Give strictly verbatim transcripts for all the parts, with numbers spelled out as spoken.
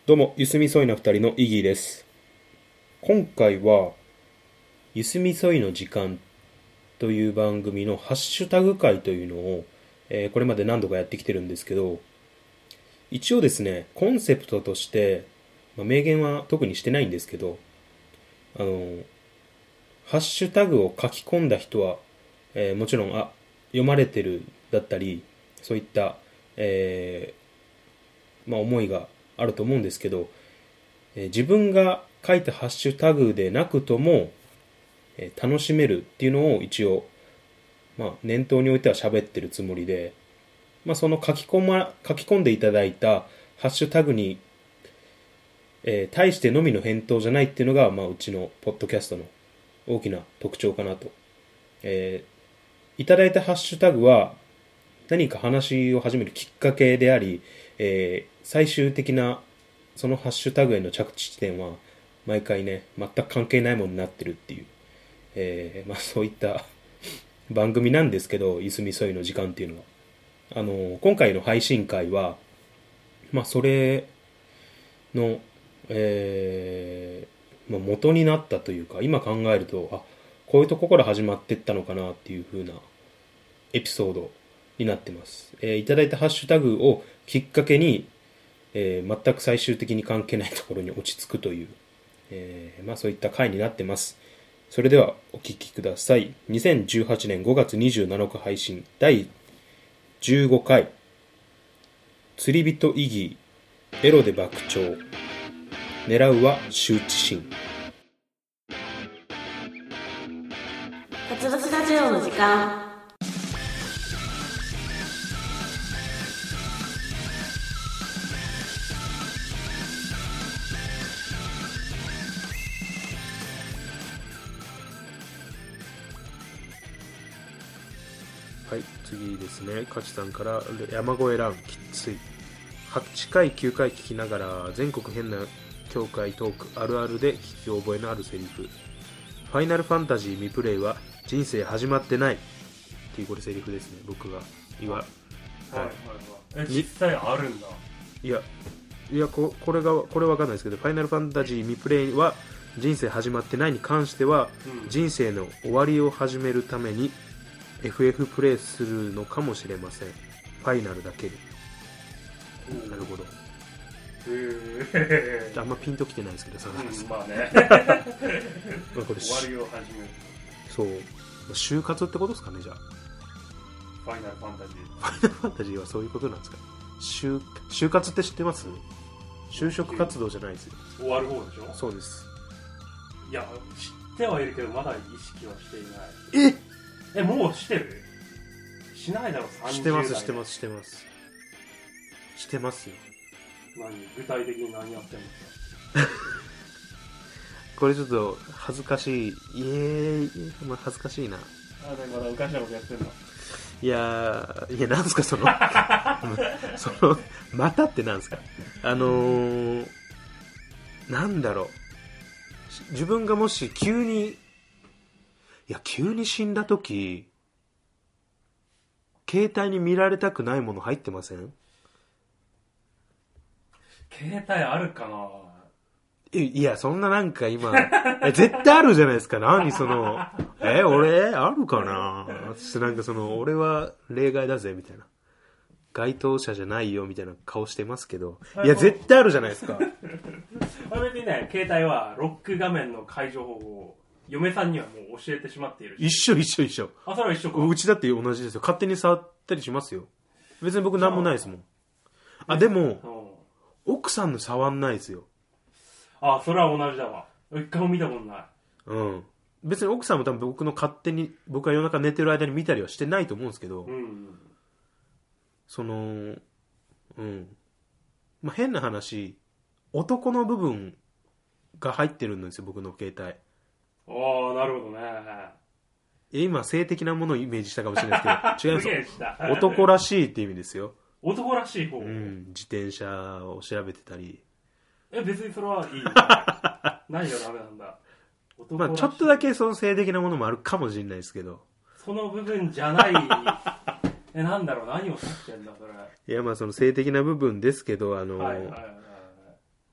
どうも、ゆすみそいな二人のイギーです。今回は、ゆすみそいの時間という番組のハッシュタグ会というのを、えーこれまで何度かやってきてるんですけど、一応ですね、コンセプトとして、まあ、明言は特にしてないんですけど、あの、ハッシュタグを書き込んだ人は、えーもちろん、あ、読まれてるだったり、そういった、えーまあ、思いがあると思うんですけど、えー自分が書いたハッシュタグでなくとも、えー楽しめるっていうのを一応、まあ、念頭においては喋ってるつもりで、まあ、その書き込ま、書き込んでいただいたハッシュタグに、えー対してのみの返答じゃないっていうのが、まあ、うちのポッドキャストの大きな特徴かなと。えーいただいたハッシュタグは何か話を始めるきっかけであり、えー最終的なそのハッシュタグへの着地地点は毎回ね、全く関係ないものになってるっていう、えーまあ、そういった番組なんですけど、いすみそいの時間っていうのは。あの、今回の配信会は、まあ、それの、えーまあ、元になったというか、今考えると、あ、こういうとこから始まってったのかなっていう風なエピソードになってます。えーいただいたハッシュタグをきっかけに、えー全く最終的に関係ないところに落ち着くという、えーまあそういった回になってます。それではお聞きください。にせんじゅうはちねんごがつにじゅうなのか配信だいじゅうごかい、釣り人イギー、エロで爆鳥、狙うは羞恥心。 活動ラジオの時間。 はい、次ですね。かちさんから山越えランきつい。はちかいきゅうかい聞きながら全国変な教会トークあるあるで聞き覚えのあるセリフ。ファイナルファンタジー未プレイは人生始まってないっていうこれセリフですね。僕が言わ、 はいはいはい。え、実際あるんだ。 いやいやここれがこれわかんないですけど、ファイナルファンタジー未プレイは人生始まってないに関しては、 うん、 人生の終わりを始めるために エフエフ プレイするのかもしれません。ファイナルだけで。なるほど。 へーあんまピンときてないですけどさ、 うん、まあね。 まあこれ終わりを始める。 そう就活ってことですかね。じゃあファイナルファンタジー。 ファイナルファンタジーはそういうことなんですか。就就活って知ってます？就職活動じゃないですよ。 終わる方でしょ。 そうです。 いや、知ってはいるけどまだ意識はしていない。 ええ、もうしてる？しないだろ、さんじゅう代。 してますしてますしてますしてますよ。 何、具体的に何やってんの？ これちょっと恥ずかしい。いえー、まあ、恥ずかしいな。 あ、でまだおかしなことやってんの？ いやいや、なんすかそのそのまたってなんすか。あのー、なんだろう、自分がもし急にいや急に死んだ時、携帯に見られたくないもの入ってません？ 携帯あるかな。 いいや、そんななんか今え絶対あるじゃないですか。何そのえ俺あるかな。私なんかその俺は例外だぜみたいな、該当者じゃないよみたいな顔してますけど、いや絶対あるじゃないですか。 あれでね、携帯はロック画面の解除法を嫁さんにはもう教えてしまっている。 一緒一緒一緒。 あ、それは一緒か。 うちだって同じですよ。勝手に触ったりしますよ。別に僕なんもないですもん。あ、でも奥さんの触んないですよ。 あ、それは同じだわ。一回も見たことない。 うん。別に奥さんも多分僕の勝手に、僕が夜中寝てる間に見たりはしてないと思うんですけど、 うん、 その、うん。まあ、変な話、男の部分が入ってるんですよ、僕の携帯。 ああ、なるほどね。 え、今、性的なものをイメージしたかもしれないですけど、違いすげえますしたよ。男らしいって意味ですよ。 男らしい方。 うん。自転車を調べてたり。 え、別にそれはいい。何がダメなんだ。男まあ、ちょっとだけその性的なものもあるかもしれないですけど。 その部分じゃない。え、なんだろう、何を指してんだ、それ。 いや、まあ、その性的な部分ですけど、あの、 はいはいはいはい。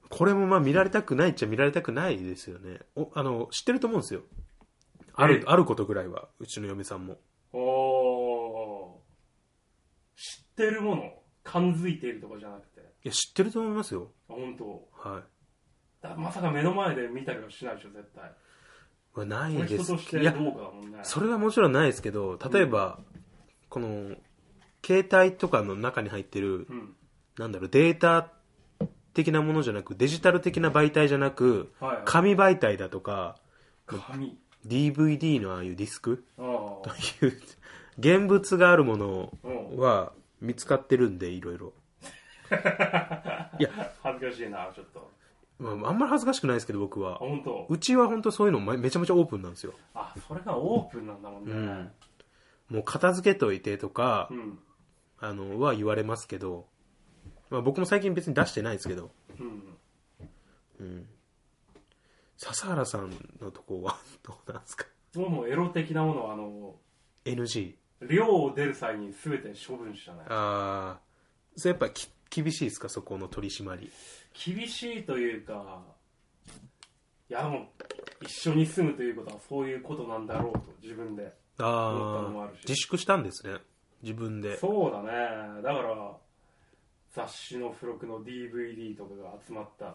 これもまあ見られたくないっちゃ見られたくないですよね。おあの知ってると思うんですよ。あるあることぐらいはうちの嫁さんも。 おー、知ってるもの、感づいているとかじゃなくて。 いや知ってると思いますよ。 あ、本当。 はい。 だまさか目の前で見たりはしないでしょ絶対。 まあ、ないです。 人としていやどうかだもんね。 それはもちろんないですけど、例えば、うん、この携帯とかの中に入ってる、うん、なんだろうデータ的なものじゃなくデジタル的な媒体じゃなく、はいはい、紙媒体だとか紙ディーブイディー のああいうディスクという現物があるものは見つかってるんでいろいろ。 いや恥ずかしいなちょっと。 まあ、あんまり恥ずかしくないですけど僕は。 本当。 うちは本当そういうのめちゃめちゃオープンなんですよ。 あ、それがオープンなんだもんね。うん、 もう片付けといてとか、 うん、 あのは言われますけど、まあ、僕も最近別に出してないですけど、 うんうん、笹原さんのとこはどうなんですか。 もうエロ的なものはあのエヌジー 寮を出る際に全て処分したね。 ああ、それやっぱき厳しいですかそこの取り締まり。 厳しいというか、いやもう一緒に住むということはそういうことなんだろうと自分で思ったのもあるし。 自粛したんですね自分で。 そうだね。だから雑誌の付録の ディーブイディー とかが集まった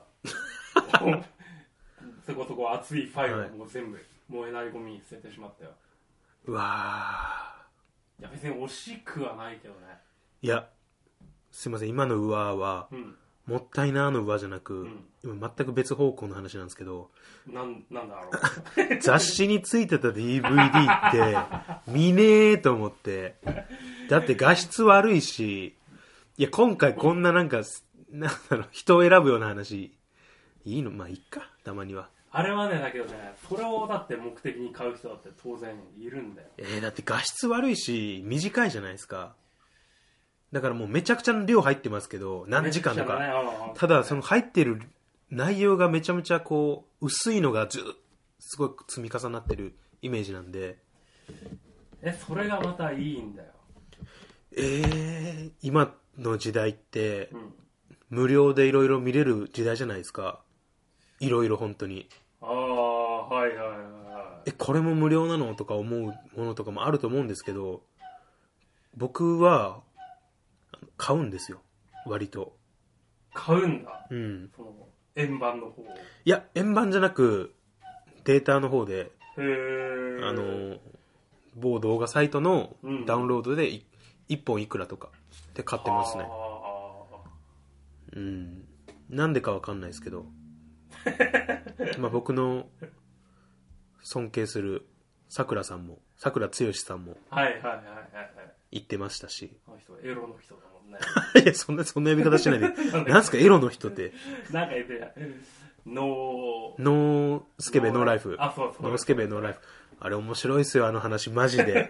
そこそこ熱いファイルをもう全部燃えないゴミに捨ててしまったよ。 うわー、いや別に惜しくはないけどね。 いやすいません今のうわーは、うん、もったいなーのうわじゃなく、うん、今全く別方向の話なんですけど、 なん、なんだろう雑誌についてた ディーブイディー って見ねーと思って。だって画質悪いし、いや今回こんななんかなんだろう人を選ぶような話いいの、まあいいかたまには。 あれはねだけどね、それをだって目的に買う人だって当然いるんだよ。 えー、だって画質悪いし短いじゃないですか。だからもうめちゃくちゃの量入ってますけど何時間とか、ね、ただその入ってる内容がめちゃめちゃこう薄いのがずっすごい積み重なってるイメージなんで。 えそれがまたいいんだよ。 えー、今の時代って、 うん、 無料でいろいろ見れる時代じゃないですか。いろいろ本当に。 ああはいはいはい。 えこれも無料なのとか思うものとかもあると思うんですけど、僕は買うんですよ割と。 買うんだ。 うん。 その円盤の方。 いや円盤じゃなくデータの方で、 へー、 あの某動画サイトのダウンロードでいっぽんいくらとかで買ってますね。うん。なんでかわかんないですけどまあ僕の尊敬するさくらさんもさくらつよしさんもはいはいはいはい言ってましたし、 あの人エロの人だもんねいやそんなそんな呼び方しないでなんすかエロの人って。 なんか言ってたノーノースケベノーライフ。 あそうそう、 ノースケベノーライフ。あれ面白いっすよあの話マジで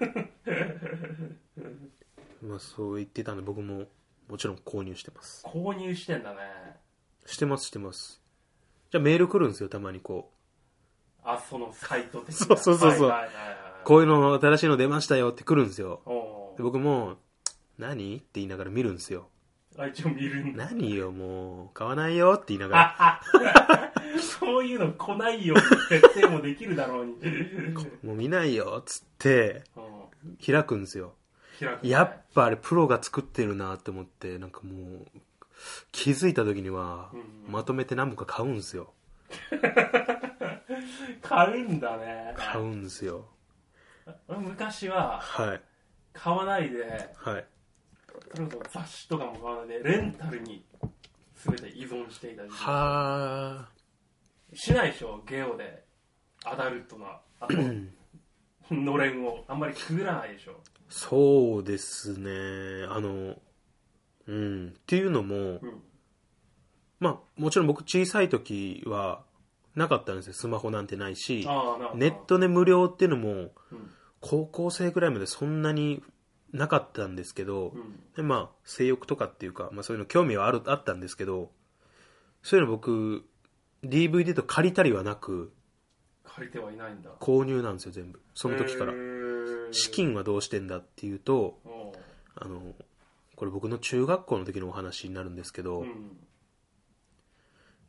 まあそう言ってたんで僕ももちろん購入してます。 購入してんだね。 してますしてます。じゃあメール来るんですよたまにこう。あそのサイト的なそうそうそうそう、はいはいはいはい、こういうの新しいの出ましたよって来るんですよ。で僕も何って言いながら見るんですよ。 あ一応見るんだ。 何よもう買わないよって言いながらそういうの来ないよって設定もできるだろうにもう見ないよっつって開くんですよ。 開く、ね、 やっぱあれプロが作ってるなって思って、なんかもう気づいた時にはまとめて何本か買うんですよ買うんだね。 買うんですよ。 昔は買わないで、はい、それこそ雑誌とかも買わないでレンタルに全て依存していた時代。はーしないでしょゲオでアダルトなあとのれんをあんまりくぐらないでしょ。 そうですね。あのうんっていうのも、うん、まあもちろん僕小さい時はなかったんですよ。スマホなんてないし、ネットで無料っていうのも、うん、高校生ぐらいまでそんなになかったんですけど、うん、でまあ性欲とかっていうか、まあ、そういうの興味はあるあったんですけど、そういうの僕 ディーブイディー と借りたりはなく、 借りてはいないんだ。 購入なんですよ全部その時から。資金はどうしてんだっていうと、あのこれ僕の中学校の時のお話になるんですけど、うん、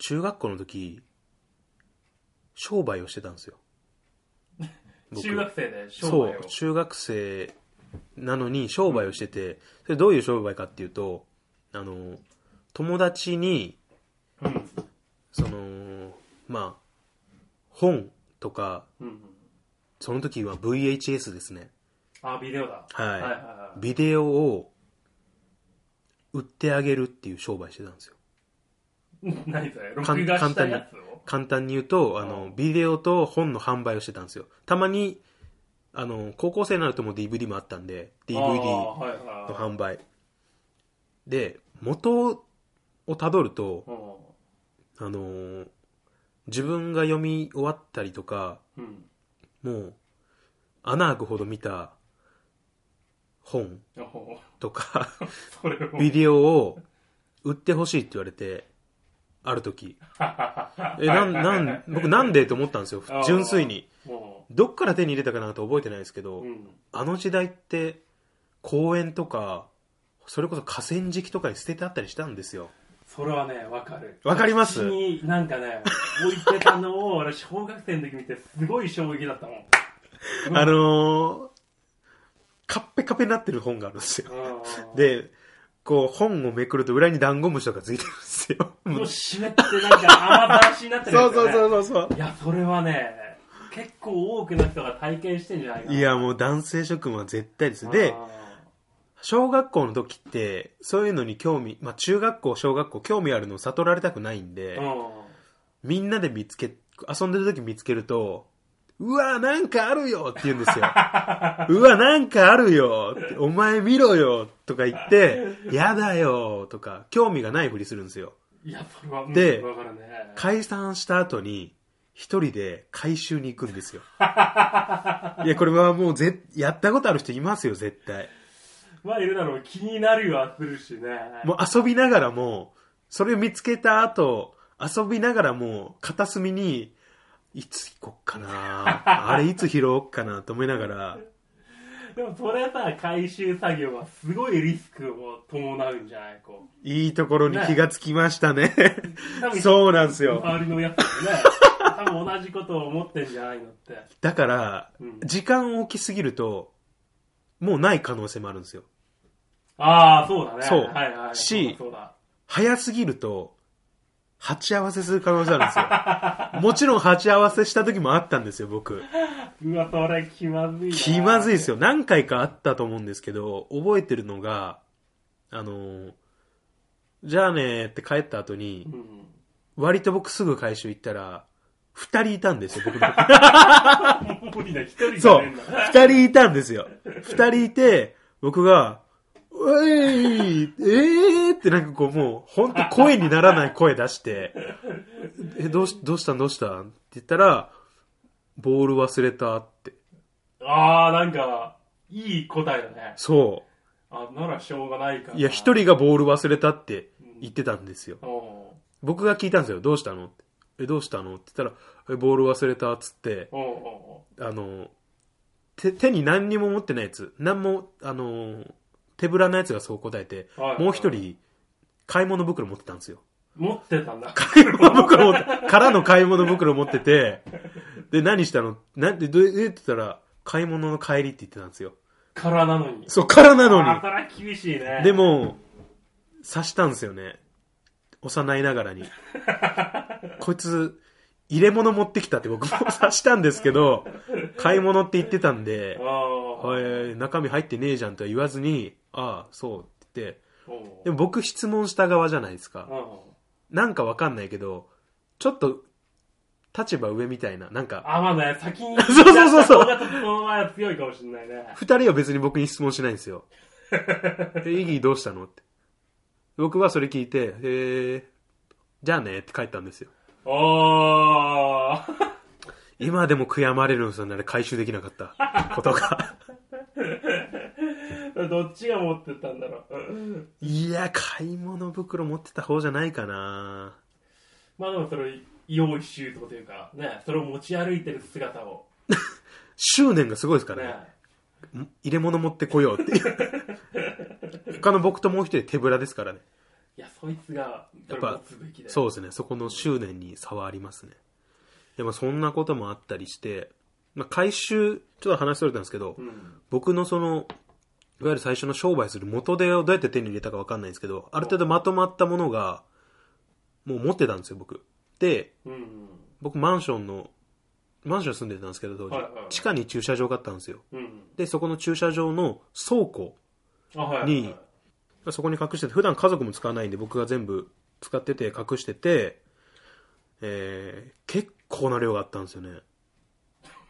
中学校の時商売をしてたんですよ。 中学生で商売を。 そう、中学生なのに商売をしてて、うん、それどういう商売かっていうと、あの友達に、うん、そのまあ本とか、うんうん、その時は ブイエイチエス ですね。 あ、ビデオだ。 はい。はいはいはい、ビデオを売ってあげるっていう商売してたんですよ。 何それ？録画したやつを？ 簡単に言うと、あの、ビデオと本の販売をしてたんですよ。たまに、あの、高校生になるともう ディーブイディー もあったんで、ディーブイディー の販売。はいはい、で、元を辿ると、あの、自分が読み終わったりとか、うん、もう、穴開くほど見た本とか、ビデオを売ってほしいって言われて、ある時えなんなん僕なんでと思ったんですよ、純粋に。どっから手に入れたかなんて覚えてないですけど、うん、あの時代って公園とかそれこそ河川敷とかに捨ててあったりしたんですよ。 それはね、わかる。 わかります。 になんかね置いてたのを俺小学生の時見てすごい衝撃だったもん。 あのー、カッペカペになってる本があるんですよ。でこう本をめくると裏にダンゴムシとかついてるんですよ。 もう湿ってなんか雨出しになってるんですよね。 そうそうそうそう。 いや、それはね、結構多くの人が体験してんじゃないかな。 いや、もう男性諸君は絶対です。で、小学校の時ってそういうのに興味、まあ中学校、小学校興味あるのを悟られたくないんで、みんなで見つけ、遊んでる時見つけると、うわなんかあるよって言うんですよ。うわなんかあるよって、お前見ろよとか言ってやだよとか興味がないふりするんですよ。 いやそれはで、 分かるね。 解散した後に一人で回収に行くんですよ。いやこれはもうぜやったことある人いますよ絶対。 まあいるだろう。気になるはするしね。 もう遊びながらもそれを見つけた後遊びながらも片隅にいつ行こっかなあれいつ拾おうかなと思いながら。 でもそれさ、回収作業はすごいリスクを伴うんじゃない？こういいところに気がつきましたね。そうなんですよ。 周りのやつもね多分同じことを思ってんじゃないのって。 だから、うん、時間を置きすぎるともうない可能性もあるんですよ。 ああそうだね。 そう、 はいはい、 しそうだ早すぎると鉢合わせする可能性あるんですよ。もちろん鉢合わせした時もあったんですよ僕。 うわそれ気まずいな。 気まずいですよ。何回かあったと思うんですけど覚えてるのがあのじゃあねって帰った後に、うん、割と僕すぐ回収行ったらふたりいたんですよ僕の。 無理だひとりそうふたりいたんですよ。ふたりいて僕がおいえーってなんかこうもう本当声にならない声出してえどうしどうしたんどうしたんって言ったらボール忘れたって。 ああなんかいい答えだね。 そう。 あならしょうがないから。 いや一人がボール忘れたって言ってたんですよ。うん、僕が聞いたんですよ。どうしたのってえどうしたのって言ったらえボール忘れたっつってあの手手に何にも持ってないやつ何もあの手ぶらのやつがそう答えて、はいはいはい、もう一人買い物袋持ってたんですよ。 持ってたんだ。 買い物袋からの買い物袋持っててで何したのなんでどうえって言ったら買い物の帰りって言ってたんですよ。 からなのに。 そうからなのに。 あそれは厳しいね。 でも刺したんですよね幼いながらに。こいつ入れ物持ってきたって僕も刺したんですけど買い物って言ってたんで中身入ってねえじゃんとは言わずにああそうって言ってでも僕質問した側じゃないですか。なんかわかんないけどちょっと立場上みたいななんかあまあね先にそうそうそうそうその前は強いかもしれないね。 二人は別に僕に質問しないんですよ。えイギーどうしたのって僕はそれ聞いてえー、じゃあねって帰ったんですよ。 おー今でも悔やまれるんですよねあれ回収できなかったことが。 どっちが持ってたんだろう。 いや買い物袋持ってた方じゃないかな。 まあでもそれ用意周到というかねそれを持ち歩いてる姿を執念がすごいですからね。ね入れ物持ってこようっていう。他の僕ともう一人手ぶらですからね。 いやそいつがやっぱそうですね、そこの執念に差はありますね。でもそんなこともあったりして、まあ、回収ちょっと話それたんですけど、うん、僕のそのいわゆる最初の商売する元手をどうやって手に入れたか分かんないんですけど、ある程度まとまったものがもう持ってたんですよ僕で、うんうん、僕マンションのマンション住んでたんですけど当時、はいはいはい、地下に駐車場があったんですよ、うんうん、でそこの駐車場の倉庫に、はいはいはい、そこに隠してて、普段家族も使わないんで僕が全部使ってて隠してて、えー、結構な量があったんですよねうん、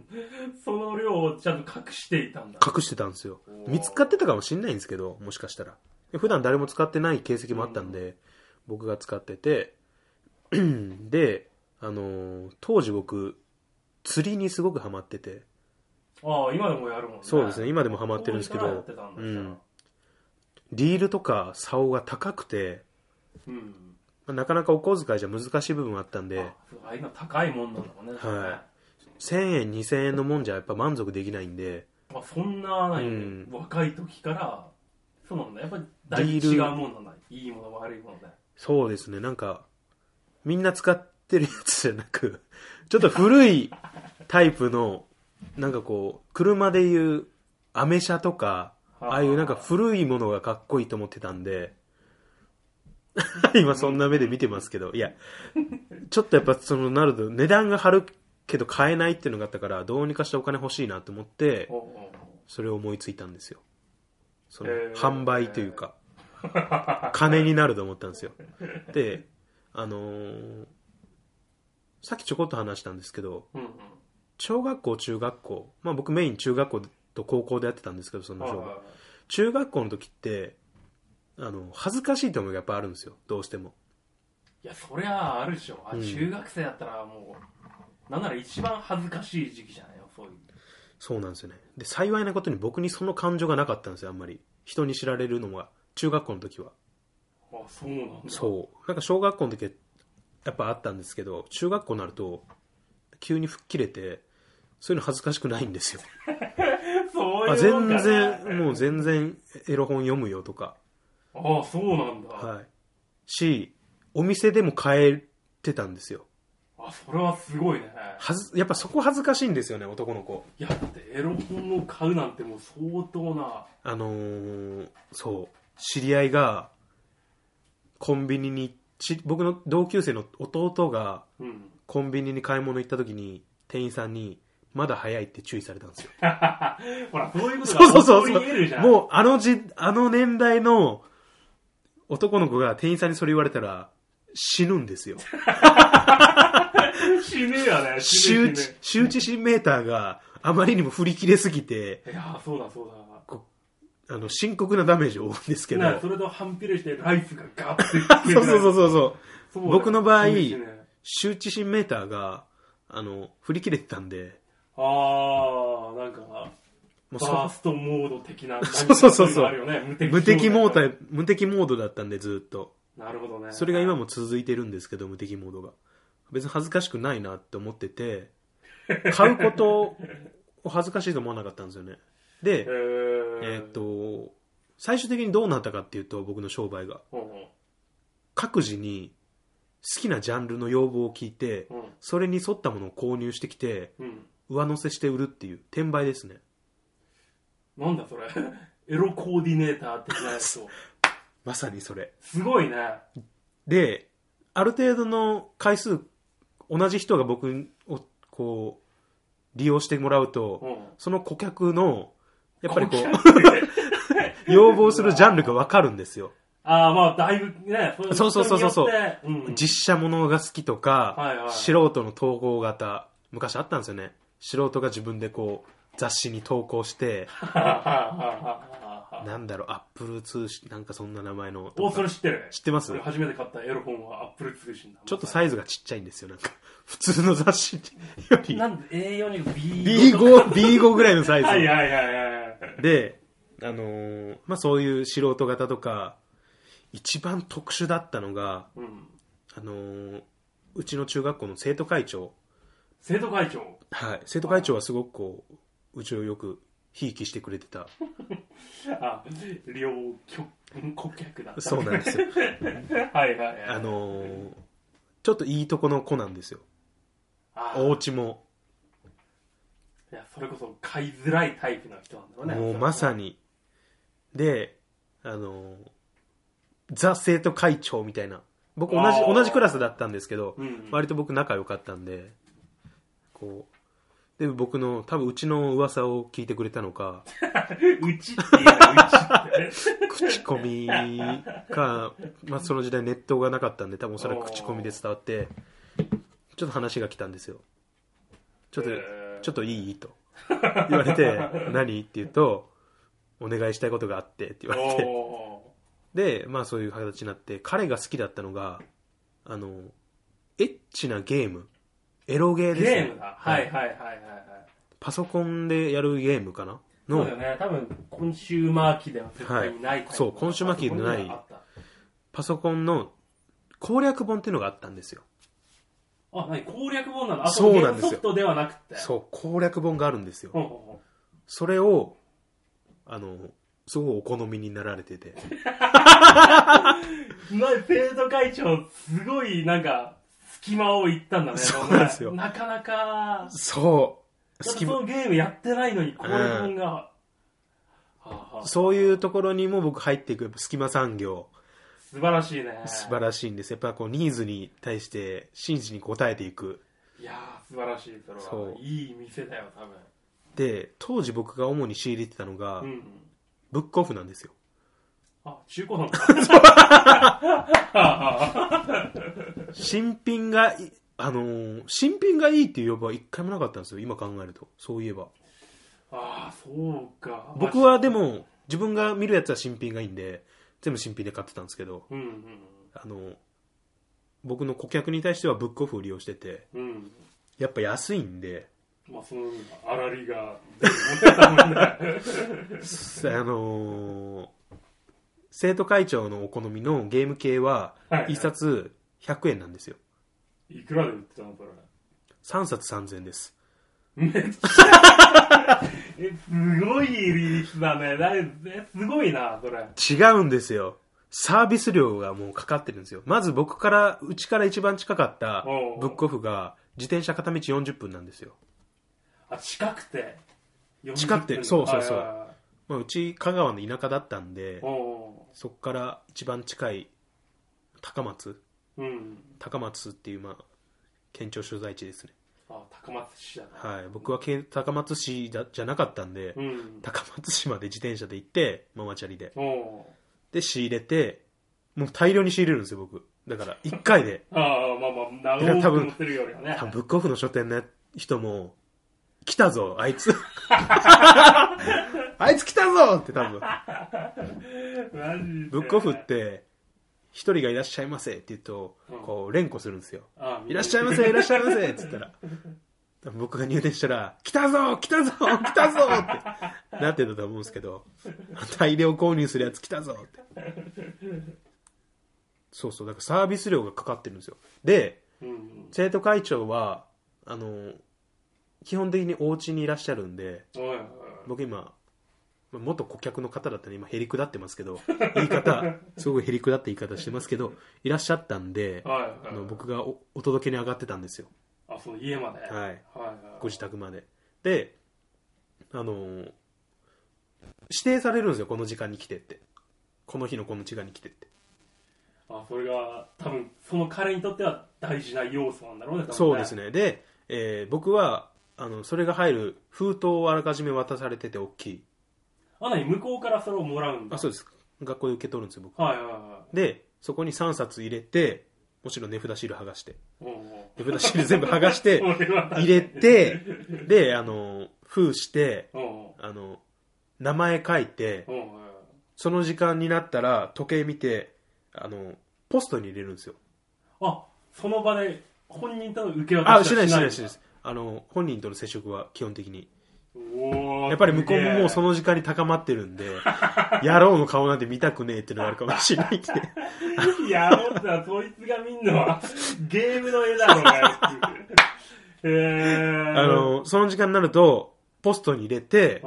その量をちゃんと隠していたんだ。 隠してたんですよ。見つかってたかもしれないんですけど、もしかしたら普段誰も使ってない形跡もあったんで、うん、僕が使っててで、あのー、当時僕釣りにすごくハマってて、 ああ今でもやるもんね。 そうですね、今でもハマってるんですけど、うん、リールとか竿が高くて、うんまあ、なかなかお小遣いじゃ難しい部分あったんで、 ああ今高いもんなんだもんね。 はい、せんえんにせんえんのもんじゃやっぱ満足できないんで、 あそんな何、うん、若い時からそうなんだ、やっぱりだいぶ違うもんなんだ、いいもの悪いもので。 そうですね、なんかみんな使ってるやつじゃなくちょっと古いタイプのなんかこう車でいうアメ車とかああいうなんか古いものがかっこいいと思ってたんで今そんな目で見てますけど、いやちょっとやっぱそのなると値段が張るけど買えないっていうのがあったから、どうにかしてお金欲しいなと思ってそれを思いついたんですよ。その販売というか金になると思ったんですよ。で、あのー、さっきちょこっと話したんですけど、うんうん、小学校中学校、まあ僕メイン中学校と高校でやってたんですけど、その小学中学校の時ってあの恥ずかしいと思うがやっぱあるんですよ、どうしても。 いやそりゃあるでしょ、あ、うん、中学生だったらもうなんなら一番恥ずかしい時期じゃないよ、そういう。 そうなんですよね。で幸いなことに僕にその感情がなかったんですよ、あんまり人に知られるのが中学校の時は。 あ、そうなんだ。 そうなんか小学校の時はやっぱあったんですけど、中学校になると急に吹っ切れてそういうの恥ずかしくないんですよそういう、 あ、全然もう全然エロ本読むよとか。 ああそうなんだ。 はい。しお店でも買えてたんですよ。 あ、それはすごいね。 はずやっぱそこ恥ずかしいんですよね、男の子。 いやだってエロ本を買うなんてもう相当な、 あのー、そう知り合いがコンビニに、僕の同級生の弟がコンビニに買い物行った時に店員さんにまだ早いって注意されたんですよほらそういうことが本当に言えるじゃん。 もうあのじあの年代の男の子が店員さんにそれ言われたら死ぬんですよ死ぬよね。 周知周知心メーターがあまりにも振り切れすぎて、 いやそうだそうだ、 あの深刻なダメージを負うんですけど、 それと反比例してライフがガッてそうそうそうそうそう、僕の場合、ね、周知心メーターがあの振り切れてたんで、 ああなんかもうバーストモード的な、 そうそうそうそう、ね、無敵モード無敵モードだったんでずっと。 なるほどね。 それが今も続いてるんですけど、無敵モードが別に恥ずかしくないなって思ってて、買うことを恥ずかしいと思わなかったんですよね。で、えー、えー、っと最終的にどうなったかっていうと、僕の商売が、うんうん、各自に好きなジャンルの要望を聞いて、うん、それに沿ったものを購入してきて、うん、上乗せして売るっていう転売ですね。 なんだそれエロコーディネーター的なやつとまさにそれ。 すごいね。 である程度の回数同じ人が僕をこう利用してもらうと、うん、その顧客のやっぱりこう要望するジャンルが分かるんですよ。 ああまあだいぶね。 そうそうそうそう、うん、実写ものが好きとか、はいはい、素人の投稿型昔あったんですよね。素人が自分でこう雑誌に投稿してなんだろう、アップル通信なんかそんな名前の。 お、それ知ってる。 知ってます？ 俺初めて買ったエロ本はアップル通信だ。 ちょっとサイズがちっちゃいんですよ、なんか普通の雑誌より。 なんで エーよん に ビーご ビーご ぐらいのサイズ。 はいはいはいはい。 で、あのー、まあそういう素人型とか、一番特殊だったのが、うん、あのー、うちの中学校の生徒会長。 生徒会長。 はい、生徒会長はすごくこううちをよくひいきしてくれてた。 あ、両顧客だった。 そうなんですよ。 はいはいはい。 あのー、ちょっといいとこの子なんですよ。お家も。 いや、それこそ買いづらいタイプの人なんだろうね。 もうまさに。で、あのー、ザ生徒会長みたいな。僕同じ同じクラスだったんですけど、うんうん、割と僕仲良かったんで、こうで僕の多分うちの噂を聞いてくれたのか、 うちって言うな、うちって口コミか、まあその時代ネットがなかったんで多分おそらく口コミで伝わってちょっと話が来たんですよ。ちょっと、えー、ちょっといいと言われて何って言うとお願いしたいことがあってって言われて。で、まあそういう形になって、彼が好きだったのが、あの、エッチなゲーム。エロゲーですね。 ゲームだ。はいはいはいはい、はい。 パソコンでやるゲームかなの。 そうだよね。多分、コンシューマー機では絶対にないタイプ、 はい、そう、コンシューマー機でない。パソコンの攻略本っていうのがあったんですよ。 あ、何攻略本なの？あ、 そうなんですよ。 ソフトではなくて。 そう、攻略本があるんですよ。 ほうほうほう。 それを、あの、すごいお好みになられてて生徒会長すごいなんか隙間を行ったんだね。 そうなんですよ。 なかなかそうそのゲームやってないのにこういうのが、 うん、そういうところにも僕入っていく隙間産業素晴らしいね。 素晴らしいんです。やっぱこうニーズに対して真摯に応えていく。 いやー素晴らしい。それはそういい店だよ多分。 で当時僕が主に仕入れてたのが、うんブックオフなんですよ。 あ、中古なんだ。 新品が、あのー、新品がいいっていう呼ばは一回もなかったんですよ。今考えると。そういえば。 ああ、そうか。 僕はでも、自分が見るやつは新品がいいんで、全部新品で買ってたんですけど、 うんうん、 あの、僕の顧客に対してはブックオフを利用してて、 うん、 やっぱ安いんで、 まあ、そのあらりが持ってたもんねあのー、生徒会長のお好みのゲーム系は一冊ひゃくえんなんですよ。 いくらで売ってたのそれ？ さんさつさんぜんえんです。 めっちゃえすごいリリースだね。だすごいなそれ。 違うんですよ。サービス料がもうかかってるんですよ。まず僕からうちから一番近かったブックオフが自転車片道よんじゅっぷんなんですよ。 あ、近くて近くてそうそうそう、まあ、うち香川の田舎だったんでそこから一番近い高松、 うん、 高松っていう、まあ、県庁所在地ですね。 あ、高松市だね。 はい、僕は高松市だじゃなかったんで、 うん、 高松市まで自転車で行ってママチャリでで仕入れてもう大量に仕入れるんですよ僕。だからいっかいでああまあまあ長く持ってるよりはね。 多分ブックオフの書店の人も来たぞあいつあいつ来たぞって多分ブックオフって一人がいらっしゃいませって言うと、うん、こう連呼するんですよ。いらっしゃいませいらっしゃいませって言ったら僕が入店したら来たぞ来たぞ来たぞってなってたと思うんですけど大量購入するやつ来たぞってそうそうだからサービス料がかかってるんですよ。で、 うんうん、 生徒会長はあの基本的にお家にいらっしゃるんで、僕今元顧客の方だったら今へりくだってますけど言い方すごいへりくだって言い方してますけどいらっしゃったんで、 はいはいはい、 あの僕が お, お届けに上がってたんですよ。 あ、その家まで、 はいはいはい、ご自宅までで、あのー、指定されるんですよ。この時間に来てって、この日のこの時間に来てって。 あ、それが多分その彼にとっては大事な要素なんだろうね。 そうですね。で、えー、僕はあのそれが入る封筒をあらかじめ渡されてて大きい。 あ、何向こうからそれをもらうんだ。 あ、そうです。学校で受け取るんですよ僕。 はいはいはい。 でそこにさんさつ入れて、もちろん値札シール剥がして、値札シール全部剥がして入れてであの封してあの名前書いて、その時間になったら時計見てあのポストに入れるんですよ。 あ、その場で本人との受け渡しはしないんだ。あ、しないしないしない。 あの本人との接触は基本的に。 おやっぱり向こうももうその時間に高まってるんで野郎の顔なんて見たくねえっていうのがあるかもしれないって野郎ってのはそいつが見んのはゲームの絵だろうがえー、 あのその時間になるとポストに入れて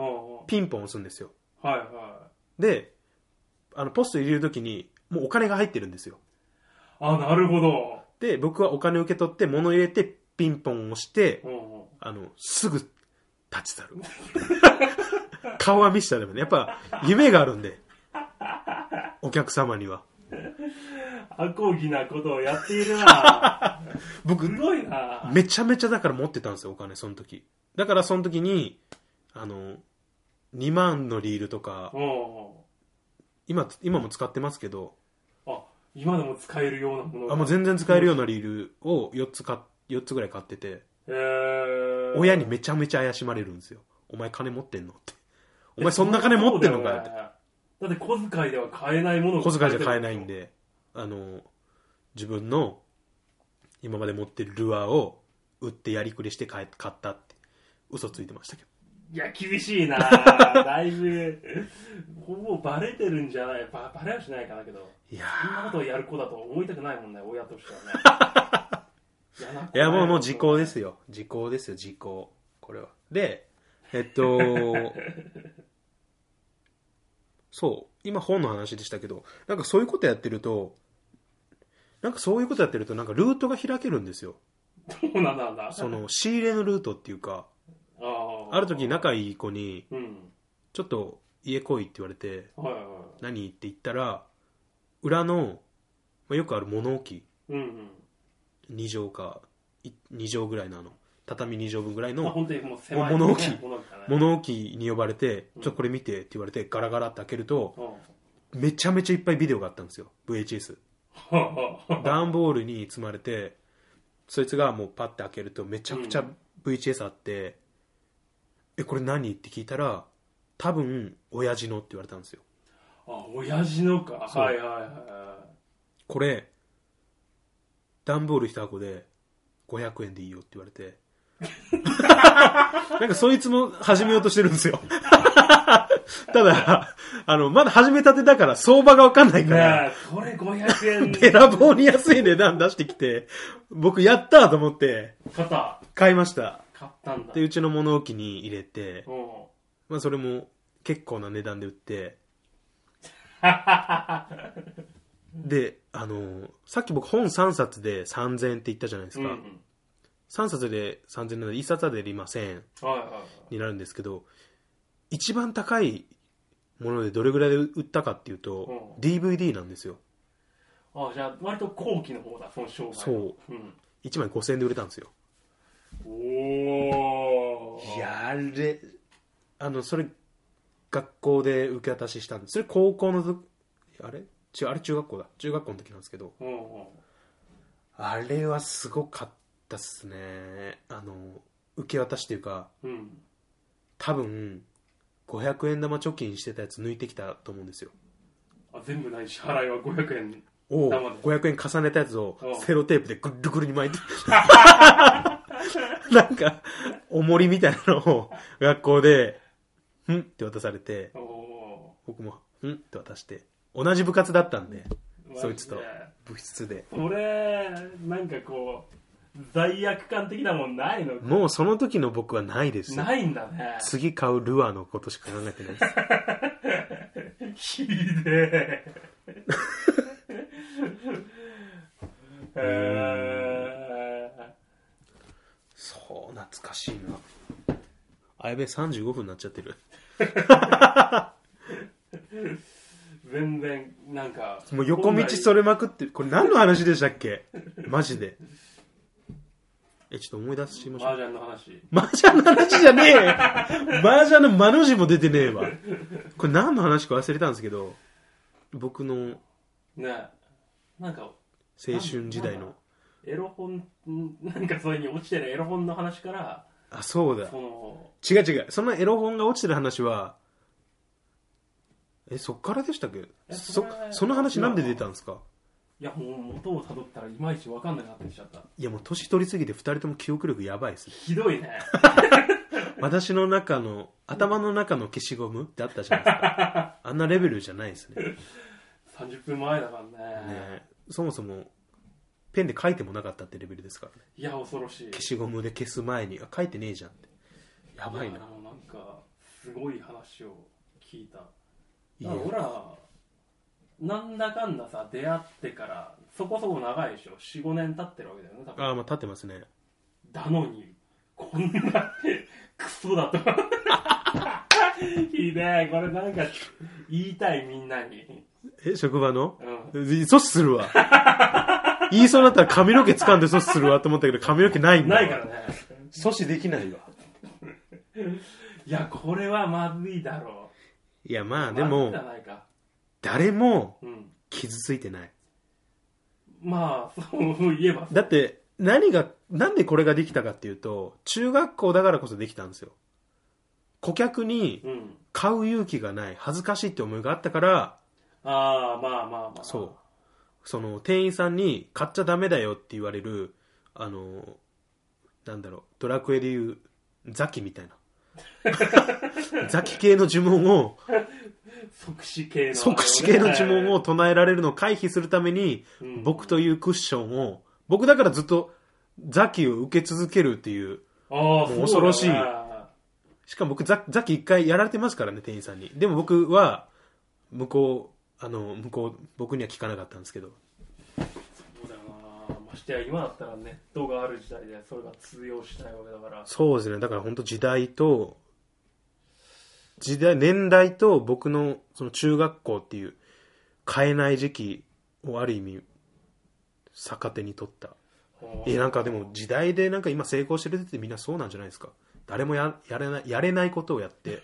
ピンポン押すんですよ。 はいはい。 で、あのポスト入れるときにもうお金が入ってるんですよ。 あ、なるほど。 で、僕はお金を受け取って物入れてピンポンを押して、うんうん、あのすぐ立ち去る。顔は見せたらね、やっぱ夢があるんで、お客様には。 アコギなことをやっているな。 僕すごいな。 めちゃめちゃだから持ってたんですよ、お金その時。だからその時にあのにまんのリールとか、今今も使ってますけど、 あ、今でも使えるようなものが、 あ、もう全然使えるようなリールをよっつかよっつぐらい買ってて、 へー、 親にめちゃめちゃ怪しまれるんですよ。お前金持ってんのって。お前そんな金持ってんのかよって。 だって小遣いでは買えないものを小遣いじゃ買えないんで、あの自分の今まで持ってるルアーを売ってやりくりして買ったって嘘ついてましたけど。 いや厳しいな。だいぶほぼバレてるんじゃない。バ, バレはしないかなけど、いやそんなことをやる子だと思いたくないもんね、親としてはね。 いやもうもう時効ですよ、時効ですよ、時効。これはでえっとそう今本の話でしたけど、なんかそういうことやってるとなんかそういうことやってるとなんかルートが開けるんですよ。 そうなんだ。 その仕入れのルートっていうか、 あ, ある時仲いい子に、うん、ちょっと家来いって言われて、はいはい、何って言ったら裏の、まあ、よくある物置、うんうん、に畳かに畳ぐらいのあの畳に畳分ぐらいの、まあ、本当にもう狭い物置、ね、物置に呼ばれて、うん、ちょっとこれ見てって言われてガラガラって開けると、うん、めちゃめちゃいっぱいビデオがあったんですよ。 ブイエイチエス 段ボールに積まれて、そいつがもうパッて開けるとめちゃくちゃ ブイエイチエス あって、うん、えこれ何って聞いたら多分親父のって言われたんですよ。 あ、親父のか。はいはいはい。 これ段ボール一箱でごひゃくえんでいいよって言われてなんかそいつも始めようとしてるんですよただあのまだ始めたてだから相場が分かんないから、 ね、これごひゃくえんべらぼうに安い値段出してきて、僕やったと思って買った買いました。 買ったんだ。 でうちの物置に入れて、まあ、それも結構な値段で売ってであのさっき僕本さんさつでさんぜんえんって言ったじゃないですか、うんうん、さんさつでさんぜんえんなのでいっさつあたりせんえんになるんですけど、一番高いものでどれぐらいで売ったかっていうと、うん、ディーブイディー なんですよ。 ああ、じゃあ割と後期の方だ、その商売。 そう、うん、いちまいごせんえんで売れたんですよ。 おお。 やれ、あのそれ学校で受け渡ししたんです。それ高校の時、あれ違う、あれ中学校だ、中学校の時なんですけど、うんうん、あれはすごかったっすね。あの受け渡しっていうか、うん、多分ごひゃくえん玉貯金してたやつ抜いてきたと思うんですよ。 あ、全部ない支払いはごひゃくえんをごひゃくえん重ねたやつをセロテープでぐるぐるに巻いてなんか重りみたいなのを学校でんって渡されて、僕もんって渡して、同じ部活だったんでそいつと部室で。 俺なんかこう罪悪感的なもんないの？ もうその時の僕はないです。 ないんだね。 次買うルアーのことしか考えてないですひでええー、そう懐かしいな。あ、やべえさんじゅうごふんになっちゃってる全然なんかもう横道それまくって、これ何の話でしたっけマジで。え、ちょっと思い出しましょう。 麻雀の話。 麻雀の話じゃねえよ麻雀の間の字も出てねえわ。これ何の話か忘れたんですけど、僕のね、なんか青春時代のエロ本、なんかそれに落ちてるエロ本の話から。 あ、そうだ、その違う違う、そのエロ本が落ちてる話はえ、そっからでしたっけ？そ, その話なんで出たんですか？ いや、もう元をたどったらいまいち分かんなくなってきちゃった。 いや、もう年取りすぎてふたりとも記憶力やばいですね。 ひどいね私の中の頭の中の消しゴムってあったじゃないですかあんなレベルじゃないですね。 さんじゅっぷんまえだから ね, ね。そもそもペンで書いてもなかったってレベルですからね。 いや、恐ろしい。 消しゴムで消す前に、あ、書いてねえじゃんって。やばいな。いや、 なんかすごい話を聞いた。だから俺らなんだかんださ出会ってからそこそこ長いでしょ。 よん,ご 年経ってるわけだよね多分。 ああまあ経ってますね。 だのにこんなクソだとひでえ。これなんか言いたいみんなに。 え職場の、 うん、 阻止するわ言いそうになったら髪の毛掴んで阻止するわと思ったけど髪の毛ないんだ。 ないからね。 阻止できないわいやこれはまずいだろう。いやまあでも、 まずいか誰も傷ついてない、 うん、まあそう言えばだって何がなんでこれができたかっていうと中学校だからこそできたんですよ。顧客に買う勇気がない恥ずかしいって思いがあったから、 うん、ああまあまあまあそうその店員さんに買っちゃダメだよって言われるあのなんだろうドラクエでいうザキみたいなザキ系の呪文を即死系の即死系の呪文を唱えられるのを回避するために、うん、僕というクッションを僕だからずっとザキを受け続けるっていうもう恐ろしい。しかも僕ザキ一回やられてますからね店員さんに。でも僕は向こうあの向こう僕には聞かなかったんですけど。 そうだよな。ましてや今だったらネットがある時代でそれが通用しないわけだから。 そうですね。だから本当時代と時代年代と僕のその中学校っていう変えない時期をある意味逆手に取った。えなんかでも時代でなんか今成功してるってみんなそうなんじゃないですか。誰も や, や, れないやれないことをやって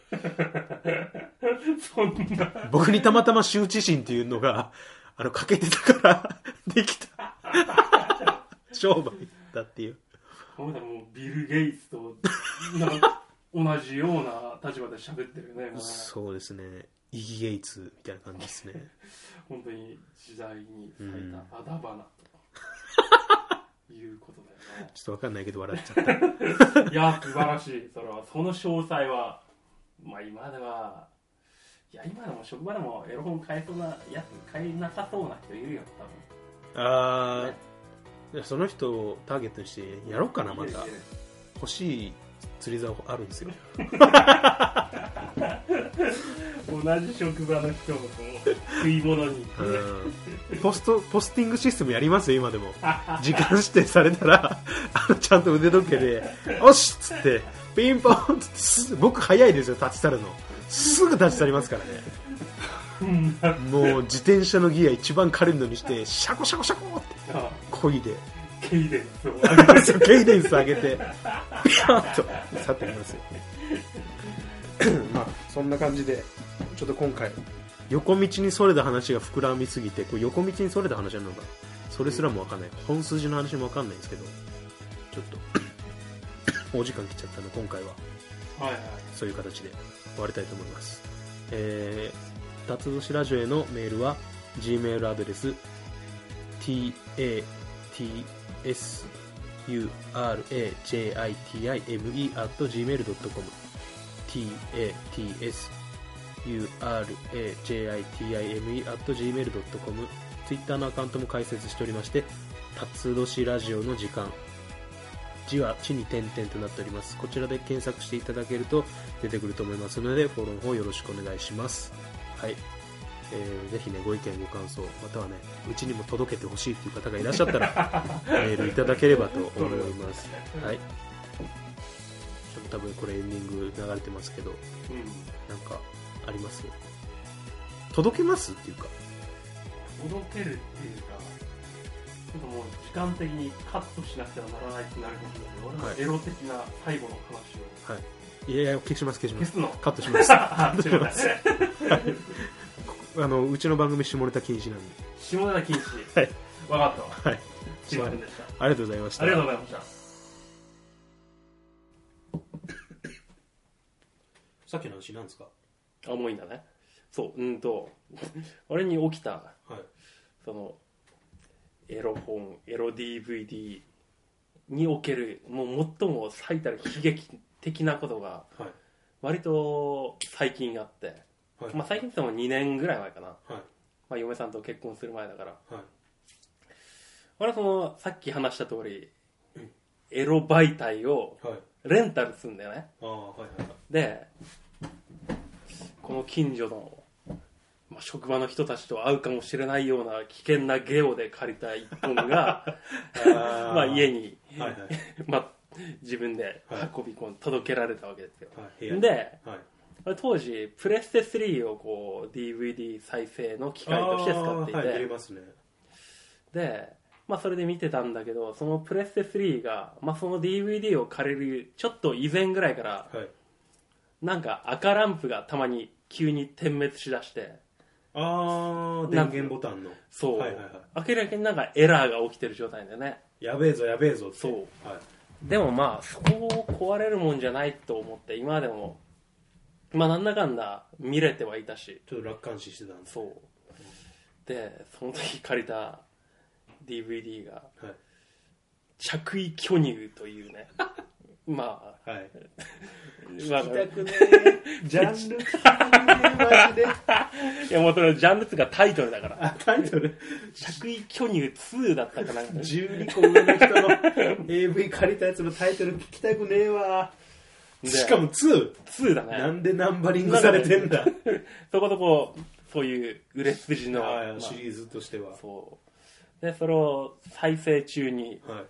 そんな僕にたまたま羞恥心っていうのがあの欠けてたからできた商売だっていう。 もうビル・ゲイツとなんか同じような立場で喋ってるね。 そうですね。イギゲイツみたいな感じですね本当に時代に咲いたあだ花ということだよね。 ちょっと分かんないけど笑っちゃったいや素晴らしい。それはその詳細はまあ今ではいや今でも職場でもエロ本買えそうなやつ買えなさそうな人いるよ多分。 ああ、ね、その人をターゲットにしてやろうかな。また欲しい釣り竿あるんですよ同じ職場の人も食い物にポストポスティングシステムやりますよ今でも時間指定されたらあのちゃんと腕時計でおしっつってピンポンって僕早いですよ立ち去るのすぐ立ち去りますからねもう自転車のギア一番軽いのにしてシャコシャコシャコって漕いでケイデンスを上げてケイデンス上げてピャーッと去ってきますよまあそんな感じでちょっと今回横道にそれた話が膨らみすぎてこれ横道にそれた話なのかそれすらも分かんない本筋の話も分かんないんですけどちょっとお時間来ちゃったので今回は、はいはい、そういう形で終わりたいと思います。えー、たつ年ラジオへのメールは Gmail アドレス タツスラジャティム アット ジーメール ドット コム タツスラジャティム アット ジーメール ドット コム Twitter のアカウントも開設しておりましてたつ年ラジオの時間字は地に点々となっております。こちらで検索していただけると出てくると思いますのでフォローの方よろしくお願いします。はい、えー、ぜひねご意見ご感想またはねうちにも届けてほしいという方がいらっしゃったらメールいただければと思います。はい、多分これエンディング流れてますけど、うん、なんかあります？届けますっていうか届けるっていうかちょっともう時間的にカットしなくてはならないってなるかもしれないけど、俺のエロ的な最後の話を、はい、 いやいや消します消します消すのカットしますカットしますあのうちの番組下ネタ禁止なんで下ネタ禁止はい分かったわはいすいませんでした。 ありがとうございましたありがとうございました。 さっきの話なんですか？ あ、もういいんだね。そう、うんと俺に起きた、はい、そのエロ本エロ ディーブイディー におけるもう最も最たる悲劇的なことが割と最近あって、はい、まあ最近って言ってもにねんぐらい前かな、はい、まあ、嫁さんと結婚する前だから、はい、俺はそのさっき話した通り、うん、エロ媒体をレンタルするんだよね、はい、あ、はいはいはい、でこの近所の、まあ、職場の人たちと会うかもしれないような危険なゲオで借りたいっぽんがあまあ家に、はいはいまあ、自分で運び込んで届けられたわけですよ、はい、で、はい、当時プレステスリーをこう ディーブイディー 再生の機械として使っていて、はい、見れますね。で、まあ、それで見てたんだけど、そのプレステスリーが、まあ、その ディーブイディー を借りるちょっと以前ぐらいから、はい、なんか赤ランプがたまに急に点滅しだして、 あー、電源ボタンの。 そう、はいはいはい。明らかになんかエラーが起きてる状態だよね。 やべえぞやべえぞって。 そう。はい、でもまあ、そこを壊れるもんじゃないと思って、今でも、まあなんだかんだ見れてはいたし。 ちょっと楽観視してたんです。 そう。で、その時借りた ディーブイディー が、はい、着衣巨乳というね。まあ、はい。 聞きたくねえ。ジャンル聞きたくねえ、マジで。 いや、もうそれジャンルつがタイトルだから。 あ、タイトル着衣巨乳ツーだったかな。 じゅうにこ上の人の エーブイ 借りたやつのタイトル聞きたくねえわ。しかも ツー?ツーだね。 なんでナンバリングされてんだ。 そこそこ、そういう売れ筋の、 まあ、シリーズとしては。 そう。で、それを再生中に、はい、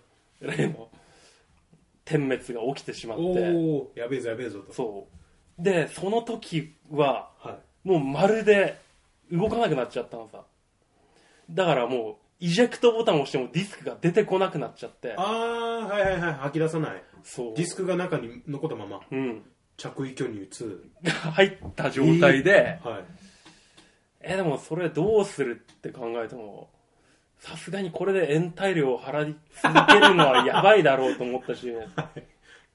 例の、点滅が起きてしまって、 おー、やべえぞやべえぞと。 そうで、その時は、はい、もうまるで動かなくなっちゃったのさ。だからもうイジェクトボタンを押してもディスクが出てこなくなっちゃって、 あー、はいはいはい、吐き出さない。そう、ディスクが中に残ったまま、うん、着衣巨乳ツーが入った状態で、えー、はい、えでもそれどうするって考えても、さすがにこれで延滞料を払い続けるのはやばいだろうと思ったし、はい、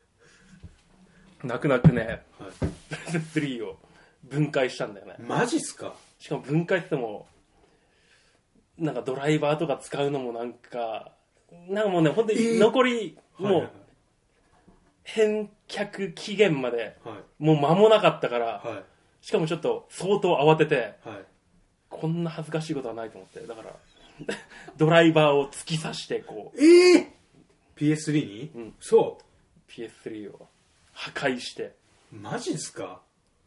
泣く泣くね、はい、プレステスリーを分解したんだよね。 マジっすか。 しかも分解してもなんかドライバーとか使うのもなんかなんかもうね、本当に残り、えー、もう返却期限までもう間もなかったから、はい、しかもちょっと相当慌てて、はい、こんな恥ずかしいことはないと思って、だからドライバーを突き刺してこう、 えー、ピーエススリー に、うん、そうピーエススリー を破壊して。 マジですか。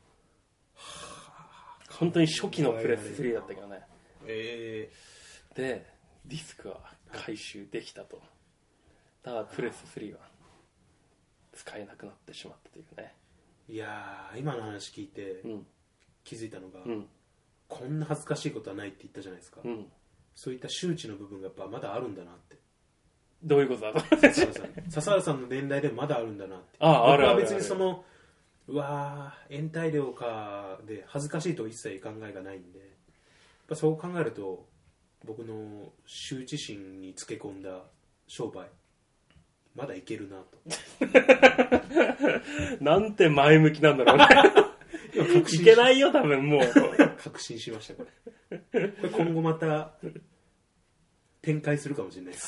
本当に初期のプレステスリーだったけどね、えー、でディスクは回収できたと。ただプレステスリーは使えなくなってしまったというね。 いやー、今の話聞いて気づいたのが、うん、こんな恥ずかしいことはないって言ったじゃないですか、うん、そういった周知の部分がやっぱまだあるんだなって。 どういうことだと。 笹原さんの年代でもまだあるんだなって。 ああ、あるあるある。 僕は別にそのうわー延滞料かで恥ずかしいと一切考えがないんで、やっぱそう考えると僕の羞恥心につけ込んだ商売まだいけるなと。 なんて前向きなんだろうね。いけないよ多分もう。 確信しましたこれ。これ今後また展開するかもしれないです。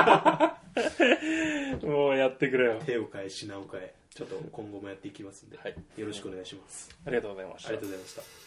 もうやってくれよ。 手を変え品を変え、ちょっと今後もやっていきますんで、はい、よろしくお願いします。 ありがとうございました。 ありがとうございました。